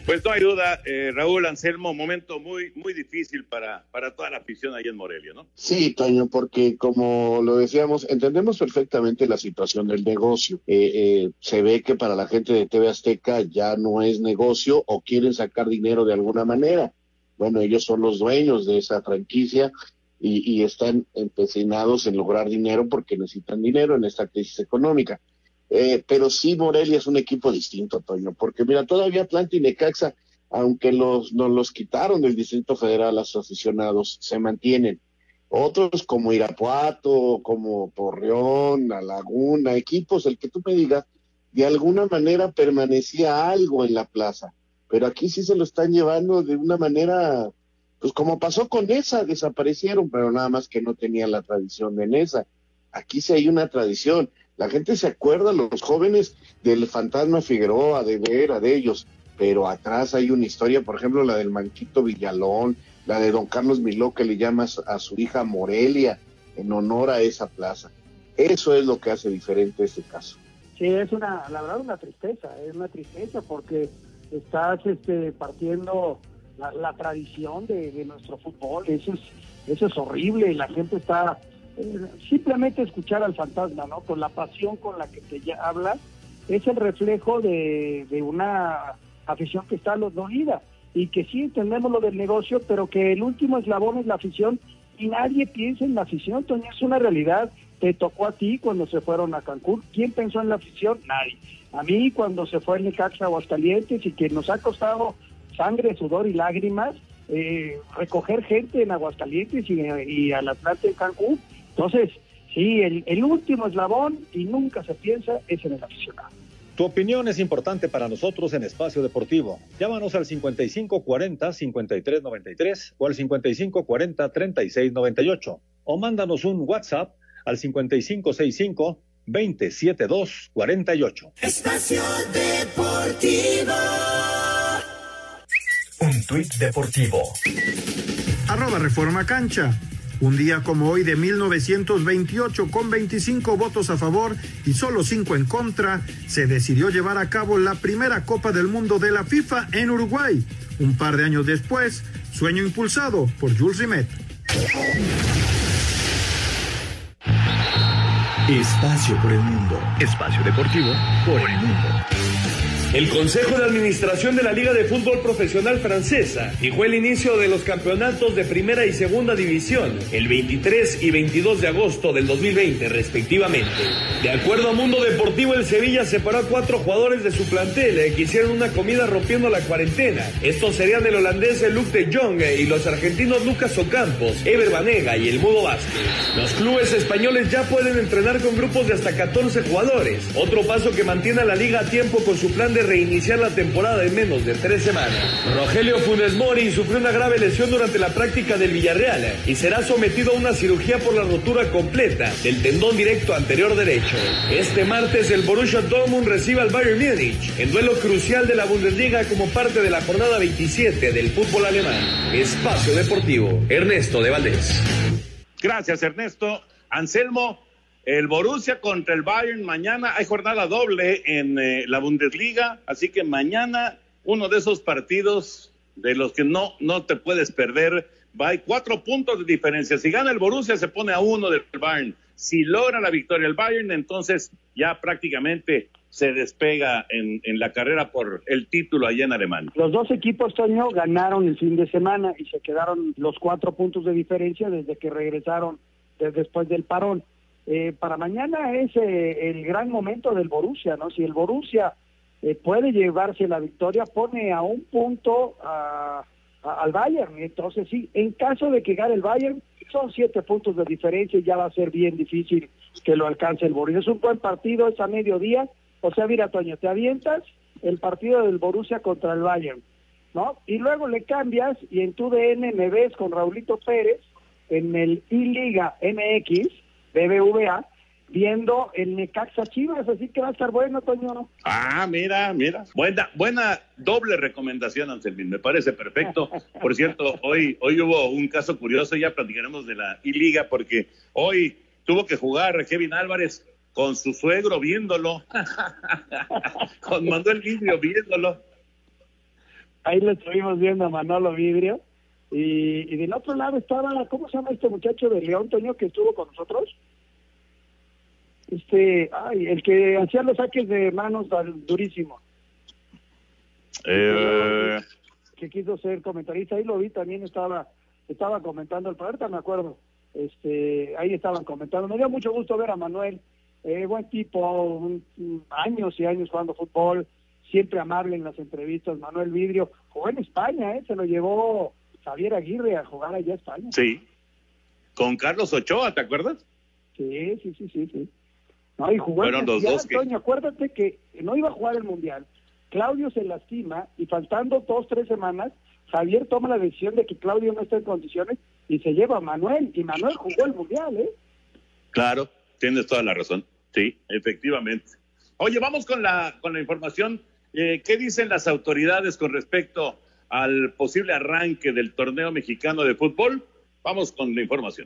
Pues no hay duda, eh, Raúl, Anselmo, momento muy muy difícil para, para toda la afición ahí en Morelia, ¿no? Sí, Toño, porque como lo decíamos, entendemos perfectamente la situación del negocio. Eh, eh, se ve que para la gente de T V Azteca ya no es negocio o quieren sacar dinero de alguna manera. Bueno, ellos son los dueños de esa franquicia y, y están empecinados en lograr dinero porque necesitan dinero en esta crisis económica. Eh, pero sí, Morelia es un equipo distinto, Toño, porque mira, todavía Atlanta y Necaxa, aunque los nos los quitaron del Distrito Federal a sus aficionados, se mantienen. Otros como Irapuato, como Torreón, La Laguna, equipos, el que tú me digas, de alguna manera permanecía algo en la plaza, pero aquí sí se lo están llevando de una manera, pues como pasó con Nesa, desaparecieron, pero nada más que no tenían la tradición de Nesa. Aquí sí hay una tradición. La gente se acuerda, los jóvenes, del Fantasma Figueroa, de Vera, de ellos, pero atrás hay una historia, por ejemplo, la del Manquito Villalón, la de don Carlos Miló, que le llama a su hija Morelia, en honor a esa plaza. Eso es lo que hace diferente este caso. Sí, es una, la verdad, una tristeza, es una tristeza porque estás este, partiendo la, la tradición de, de nuestro fútbol, eso es, eso es horrible, la gente está... simplemente escuchar al fantasma, ¿no? Con la pasión con la que te habla, es el reflejo de, de una afición que está dolida y que sí entendemos lo del negocio, pero que el último eslabón es la afición y nadie piensa en la afición, Toño, es una realidad. Te tocó a ti cuando se fueron a Cancún. ¿Quién pensó en la afición? Nadie. A mí cuando se fue el Necaxa a Aguascalientes y que nos ha costado sangre, sudor y lágrimas, eh, recoger gente en Aguascalientes y, y al Atlante en Cancún. Entonces, sí, el, el último eslabón, y nunca se piensa, es en el aficionado. Tu opinión es importante para nosotros en Espacio Deportivo. Llámanos al cincuenta y cinco cuarenta, cincuenta y tres noventa y tres o al cincuenta y cinco cuarenta, treinta y seis noventa y ocho. O mándanos un WhatsApp al cincuenta y cinco sesenta y cinco, veinte setenta y dos cuarenta y ocho. Espacio Deportivo. Un tuit deportivo. Arroba Reforma Cancha. Un día como hoy de mil novecientos veintiocho, con veinticinco votos a favor y solo cinco en contra, se decidió llevar a cabo la primera Copa del Mundo de la FIFA en Uruguay. Un par de años después, sueño impulsado por Jules Rimet. Espacio por el mundo. Espacio deportivo por el mundo. El Consejo de Administración de la Liga de Fútbol Profesional Francesa fijó el inicio de los campeonatos de Primera y Segunda División el veintitrés y veintidós de agosto del dos mil veinte, respectivamente. De acuerdo a Mundo Deportivo, el Sevilla separó a cuatro jugadores de su plantel eh, que hicieron una comida rompiendo la cuarentena. Estos serían el holandés Luc de Jong eh, y los argentinos Lucas Ocampos, Ever Banega y el Mudo Vázquez. Los clubes españoles ya pueden entrenar con grupos de hasta catorce jugadores, otro paso que mantiene a la liga a tiempo con su plan de reiniciar la temporada en menos de tres semanas. Rogelio Funes Mori sufrió una grave lesión durante la práctica del Villarreal y será sometido a una cirugía por la rotura completa del tendón directo anterior derecho. Este martes el Borussia Dortmund recibe al Bayern Múnich en duelo crucial de la Bundesliga como parte de la jornada veintisiete del fútbol alemán. Espacio Deportivo, Ernesto de Valdés. Gracias, Ernesto. Anselmo, el Borussia contra el Bayern mañana, hay jornada doble en eh, la Bundesliga, así que mañana uno de esos partidos de los que no, no te puedes perder. Va, hay cuatro puntos de diferencia. Si gana el Borussia se pone a uno del Bayern. Si logra la victoria el Bayern, entonces ya prácticamente se despega en, en la carrera por el título allá en Alemania. Los dos equipos, Toño, ganaron el fin de semana y se quedaron los cuatro puntos de diferencia desde que regresaron desde después del parón. Eh, para mañana es eh, el gran momento del Borussia, ¿no? Si el Borussia eh, puede llevarse la victoria, pone a un punto a, a, al Bayern. Entonces sí, en caso de que gane el Bayern, son siete puntos de diferencia y ya va a ser bien difícil que lo alcance el Borussia. Es un buen partido, es a mediodía. O sea, mira, Toño, te avientas el partido del Borussia contra el Bayern, ¿no? Y luego le cambias y en tu D N me ves con Raulito Pérez en el I-Liga M X, B B V A, viendo el Necaxa Chivas, así que va a estar bueno, Toño, ¿no? Ah, mira, mira, buena, buena doble recomendación, Anselmín, me parece perfecto. Por cierto, hoy, hoy hubo un caso curioso, ya platicaremos de la I-Liga, porque hoy tuvo que jugar Kevin Álvarez con su suegro viéndolo, con Manuel Vidrio viéndolo. ahí lo estuvimos viendo a Manolo Vidrio. Y, y del otro lado estaba, ¿cómo se llama este muchacho de León, Toño, que estuvo con nosotros? Este, ay, el que hacía los saques de manos durísimo. Eh... Que quiso ser comentarista, ahí lo vi, también estaba estaba comentando el ahorita me acuerdo. Este, ahí estaban comentando. Me dio mucho gusto ver a Manuel, eh, buen tipo, un, un, años y años jugando fútbol, siempre amable en las entrevistas. Manuel Vidrio jugó en España, eh, se lo llevó Javier Aguirre a jugar allá a España. Sí, con Carlos Ochoa, ¿te acuerdas? Sí, sí, sí, sí, sí. No, y jugó Fueron el los mundial, dos que... Toño, acuérdate que no iba a jugar el Mundial. Claudio se lastima y faltando dos, tres semanas, Javier toma la decisión de que Claudio no está en condiciones y se lleva a Manuel, y Manuel jugó el Mundial, ¿eh? Claro, tienes toda la razón. Sí, efectivamente. Oye, vamos con la, con la información. Eh, ¿Qué dicen las autoridades con respecto al posible arranque del torneo mexicano de fútbol? Vamos con la información.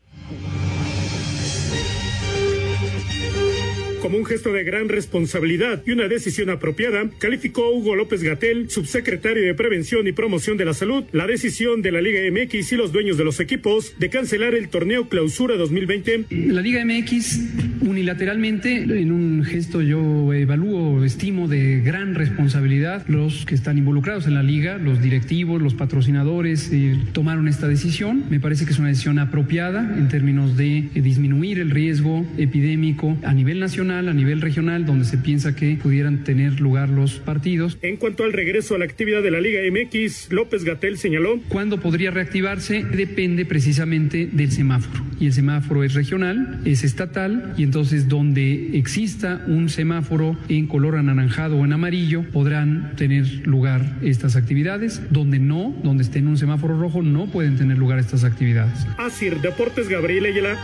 Como un gesto de gran responsabilidad y una decisión apropiada, calificó Hugo López-Gatell, subsecretario de Prevención y Promoción de la Salud, la decisión de la Liga M X y los dueños de los equipos de cancelar el torneo Clausura dos mil veinte. La Liga M X unilateralmente, en un gesto yo evalúo, estimo de gran responsabilidad, los que están involucrados en la liga, los directivos, los patrocinadores, eh, tomaron esta decisión. Me parece que es una decisión apropiada en términos de eh, disminuir el riesgo epidémico a nivel nacional, a nivel regional, donde se piensa que pudieran tener lugar los partidos. En cuanto al regreso a la actividad de la Liga M X, López-Gatell señaló: ¿cuándo podría reactivarse? Depende precisamente del semáforo. Y el semáforo es regional, es estatal, y entonces donde exista un semáforo en color anaranjado o en amarillo, podrán tener lugar estas actividades. Donde no, donde esté en un semáforo rojo, no pueden tener lugar estas actividades. Asir Deportes, Gabriel Ayala.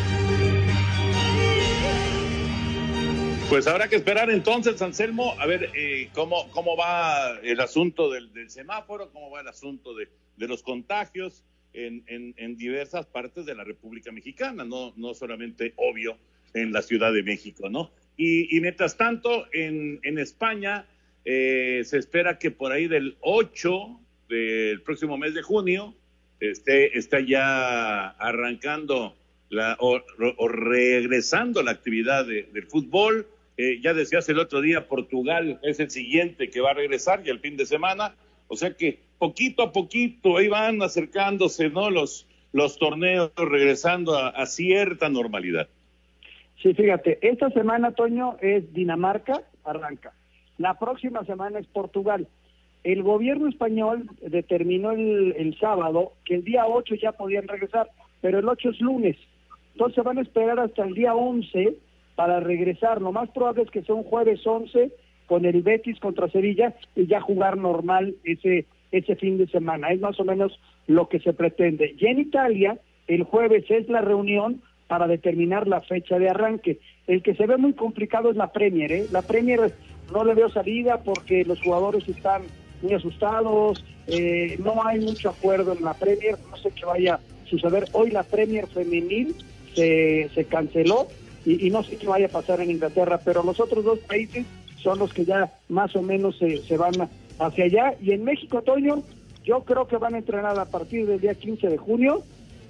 Pues habrá que esperar entonces, Anselmo, a ver eh, cómo, cómo va el asunto del, del semáforo, cómo va el asunto de, de los contagios en, en, en diversas partes de la República Mexicana, no, no solamente, obvio, en la Ciudad de México, ¿no? Y, y mientras tanto, en, en España eh, se espera que por ahí del ocho del próximo mes de junio esté, está ya arrancando la, o, o regresando la actividad de, del fútbol. Eh, ya decías el otro día, Portugal es el siguiente que va a regresar ya el fin de semana, o sea que poquito a poquito ahí van acercándose, ¿no? Los, los torneos regresando a, a cierta normalidad. Sí, fíjate, esta semana, Toño, es Dinamarca, arranca. La próxima semana es Portugal. El gobierno español determinó el, el sábado que el día ocho ya podían regresar, pero el ocho es lunes. Entonces van a esperar hasta el día once para regresar. Lo más probable es que sea un jueves once con el Betis contra Sevilla y ya jugar normal ese ese fin de semana. Es más o menos lo que se pretende. Y en Italia, el jueves es la reunión para determinar la fecha de arranque. El que se ve muy complicado es la Premier, ¿eh? La Premier no le veo salida porque los jugadores están muy asustados, eh, no hay mucho acuerdo en la Premier, no sé qué vaya a suceder. Hoy la Premier femenil se, se canceló y, y no sé qué vaya a pasar en Inglaterra, pero los otros dos países son los que ya más o menos se, se van hacia allá. Y en México, Toño, yo creo que van a entrenar a partir del día quince de junio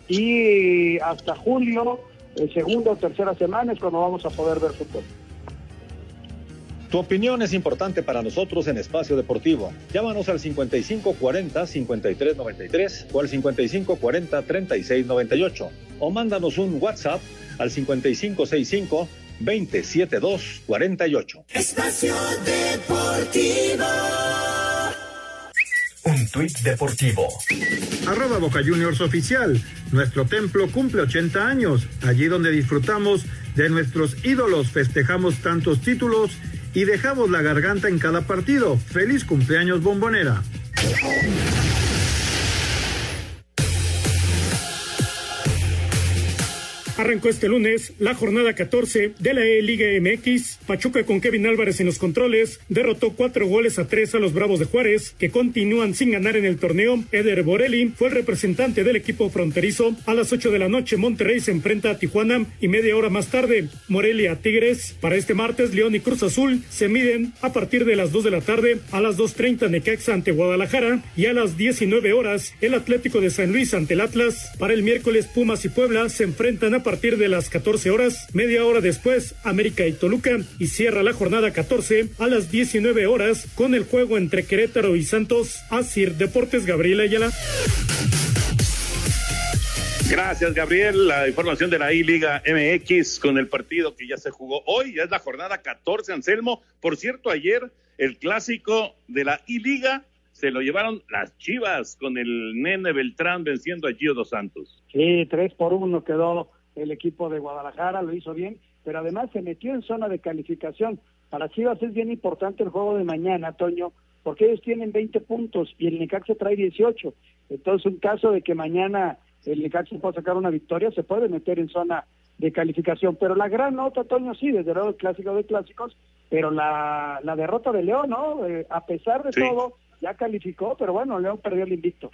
y hasta julio, eh, segunda o tercera semana es cuando vamos a poder ver fútbol. Tu opinión es importante para nosotros en Espacio Deportivo. Llámanos al cincuenta y cinco cuarenta, cincuenta y tres noventa y tres o al cincuenta y cinco cuarenta, treinta y seis noventa y ocho o mándanos un WhatsApp al cincuenta y cinco sesenta y cinco, veinte setenta y dos cuarenta y ocho. Espacio Deportivo. Un tuit deportivo. Arroba Boca Juniors Oficial. Nuestro templo cumple ochenta años. Allí donde disfrutamos de nuestros ídolos, festejamos tantos títulos y dejamos la garganta en cada partido. ¡Feliz cumpleaños, Bombonera! Arrancó este lunes la jornada catorce de la E-Liga M X. Pachuca, con Kevin Álvarez en los controles, derrotó cuatro goles a tres a los Bravos de Juárez, que continúan sin ganar en el torneo. Eder Borelli fue el representante del equipo fronterizo. A las ocho de la noche, Monterrey se enfrenta a Tijuana y media hora más tarde, Morelia a Tigres. Para este martes, León y Cruz Azul se miden a partir de las dos de la tarde. A las dos treinta, Necaxa ante Guadalajara, y a las diecinueve horas, el Atlético de San Luis ante el Atlas. Para el miércoles, Pumas y Puebla se enfrentan a partir de las catorce horas. Media hora después, América y Toluca, y cierra la jornada catorce a las diecinueve horas con el juego entre Querétaro y Santos. Asir Deportes, Gabriel Ayala. Gracias, Gabriel. La información de la I-Liga M X con el partido que ya se jugó hoy. Ya es la jornada catorce, Anselmo. Por cierto, ayer el clásico de la I-Liga se lo llevaron las Chivas con el Nene Beltrán venciendo a Gio Dos Santos. Sí, tres por uno quedó el equipo de Guadalajara, lo hizo bien, pero además se metió en zona de calificación. Para Chivas es bien importante el juego de mañana, Toño, porque ellos tienen veinte puntos y el Necaxa trae dieciocho. Entonces, en caso de que mañana el Necaxa pueda sacar una victoria, se puede meter en zona de calificación. Pero la gran nota, Toño, sí, desde luego el clásico de clásicos, pero la, la derrota de León, ¿no? Eh, a pesar de sí. todo, ya calificó, pero bueno, León perdió el invicto.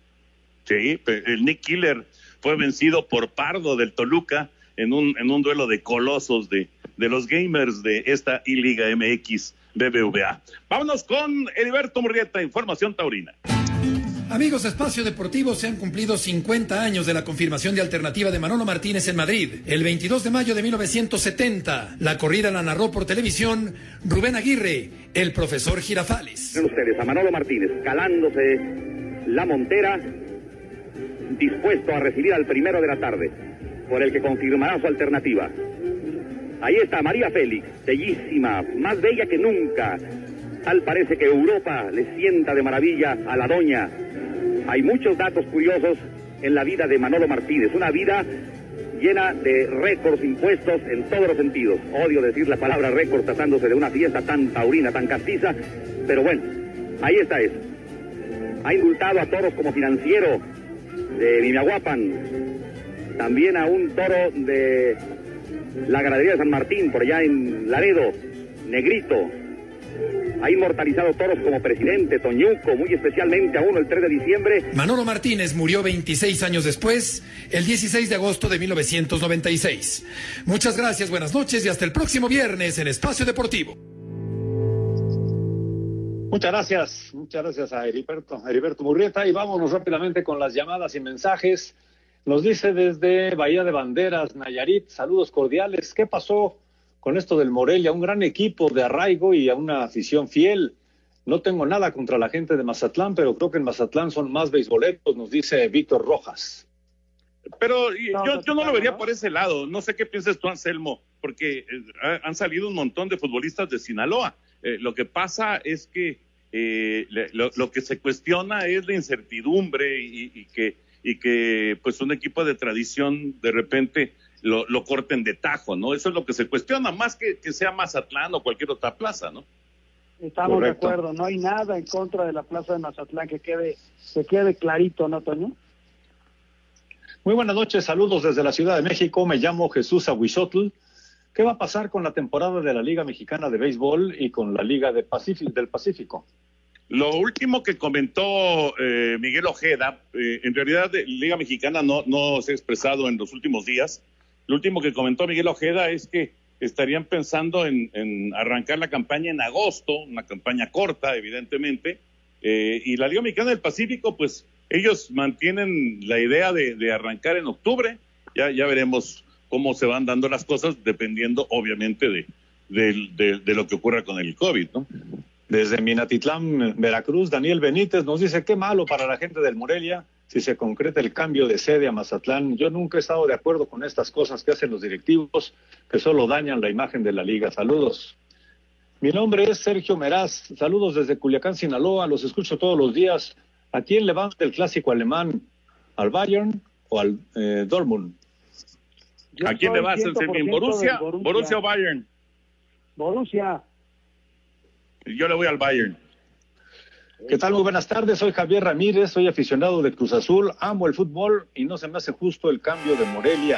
Sí, el Nick Killer fue vencido por Pardo del Toluca en un en un duelo de colosos de, de los gamers de esta I-Liga M X B B V A. Vámonos con Heriberto Murrieta, información taurina. Amigos de Espacio Deportivo, se han cumplido cincuenta años de la confirmación de alternativa de Manolo Martínez en Madrid. El veintidós de mayo de mil novecientos setenta, la corrida la narró por televisión Rubén Aguirre, el profesor Girafales. Ven ustedes a Manolo Martínez calándose la montera, dispuesto a recibir al primero de la tarde, por el que confirmará su alternativa. Ahí está María Félix, bellísima, más bella que nunca. Tal parece que Europa le sienta de maravilla a la doña. Hay muchos datos curiosos en la vida de Manolo Martínez, una vida llena de récords impuestos en todos los sentidos. Odio decir la palabra récord tratándose de una fiesta tan taurina, tan castiza, pero bueno, ahí está eso. Ha indultado a toros como financiero de Villahuapan, también a un toro de la ganadería de San Martín, por allá en Laredo, Negrito. Ha inmortalizado toros como Presidente, Toñuco, muy especialmente a uno el tres de diciembre. Manolo Martínez murió veintiséis años después, el dieciséis de agosto de mil novecientos noventa y seis. Muchas gracias, buenas noches y hasta el próximo viernes en Espacio Deportivo. Muchas gracias, muchas gracias a Heriberto, a Heriberto Murrieta, y vámonos rápidamente con las llamadas y mensajes. Nos dice desde Bahía de Banderas, Nayarit, saludos cordiales. ¿Qué pasó con esto del Morelia? Un gran equipo de arraigo y a una afición fiel. No tengo nada contra la gente de Mazatlán, pero creo que en Mazatlán son más beisboleros, nos dice Víctor Rojas. Pero yo, yo no lo vería por ese lado. No sé qué piensas tú, Anselmo, porque eh, han salido un montón de futbolistas de Sinaloa. Eh, lo que pasa es que eh, lo, lo que se cuestiona es la incertidumbre y, y que y que pues un equipo de tradición de repente lo, lo corten de tajo, ¿no? Eso es lo que se cuestiona, más que que sea Mazatlán o cualquier otra plaza, ¿no? Estamos Correcto. de acuerdo, no hay nada en contra de la plaza de Mazatlán, que quede, que quede clarito, ¿no, Toño? Muy buenas noches, saludos desde la Ciudad de México, me llamo Jesús Aguizotl. ¿Qué va a pasar con la temporada de la Liga Mexicana de Béisbol y con la Liga de Pacífico, del Pacífico? Lo último que comentó eh, Miguel Ojeda, eh, en realidad la Liga Mexicana no, no se ha expresado en los últimos días. Lo último que comentó Miguel Ojeda es que estarían pensando en, en arrancar la campaña en agosto, una campaña corta, evidentemente, eh, y la Liga Mexicana del Pacífico, pues ellos mantienen la idea de, de arrancar en octubre. Ya, ya veremos cómo se van dando las cosas, dependiendo obviamente de, de, de, de lo que ocurra con el COVID, ¿no? Desde Minatitlán, Veracruz, Daniel Benítez nos dice: qué malo para la gente del Morelia si se concreta el cambio de sede a Mazatlán. Yo nunca he estado de acuerdo con estas cosas que hacen los directivos, que solo dañan la imagen de la liga. Saludos. Mi nombre es Sergio Meraz, saludos desde Culiacán, Sinaloa, los escucho todos los días. ¿A quién levanta el clásico alemán? ¿Al Bayern o al eh, Dortmund? ¿A quién le vas, Sergio? ¿Borussia? ¿Borussia? ¿Borussia o Bayern? Borussia. Yo le voy al Bayern. ¿Qué tal? Muy buenas tardes, soy Javier Ramírez, soy aficionado de Cruz Azul, amo el fútbol y no se me hace justo el cambio de Morelia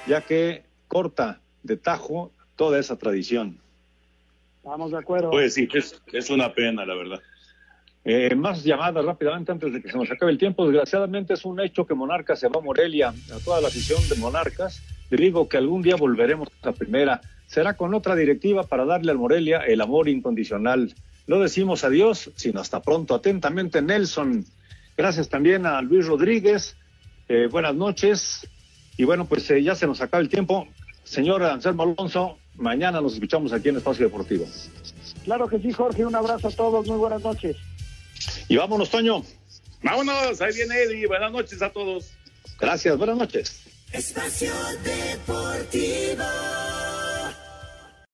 ya que corta de tajo toda esa tradición. Estamos de acuerdo. Pues sí, es, es una pena, la verdad. Eh, más llamadas rápidamente antes de que se nos acabe el tiempo. Desgraciadamente es un hecho que Monarcas se va a Morelia. A toda la afición de Monarcas le digo que algún día volveremos a primera. Será con otra directiva para darle al Morelia el amor incondicional. No decimos adiós, sino hasta pronto. Atentamente, Nelson. Gracias también a Luis Rodríguez. Eh, buenas noches. Y bueno, pues eh, ya se nos acaba el tiempo. Señor Anselmo Alonso, mañana nos escuchamos aquí en Espacio Deportivo. Claro que sí, Jorge. Un abrazo a todos. Muy buenas noches. Y vámonos, Toño. Vámonos, ahí viene Eddie. Buenas noches a todos. Gracias, buenas noches. Espacio Deportivo.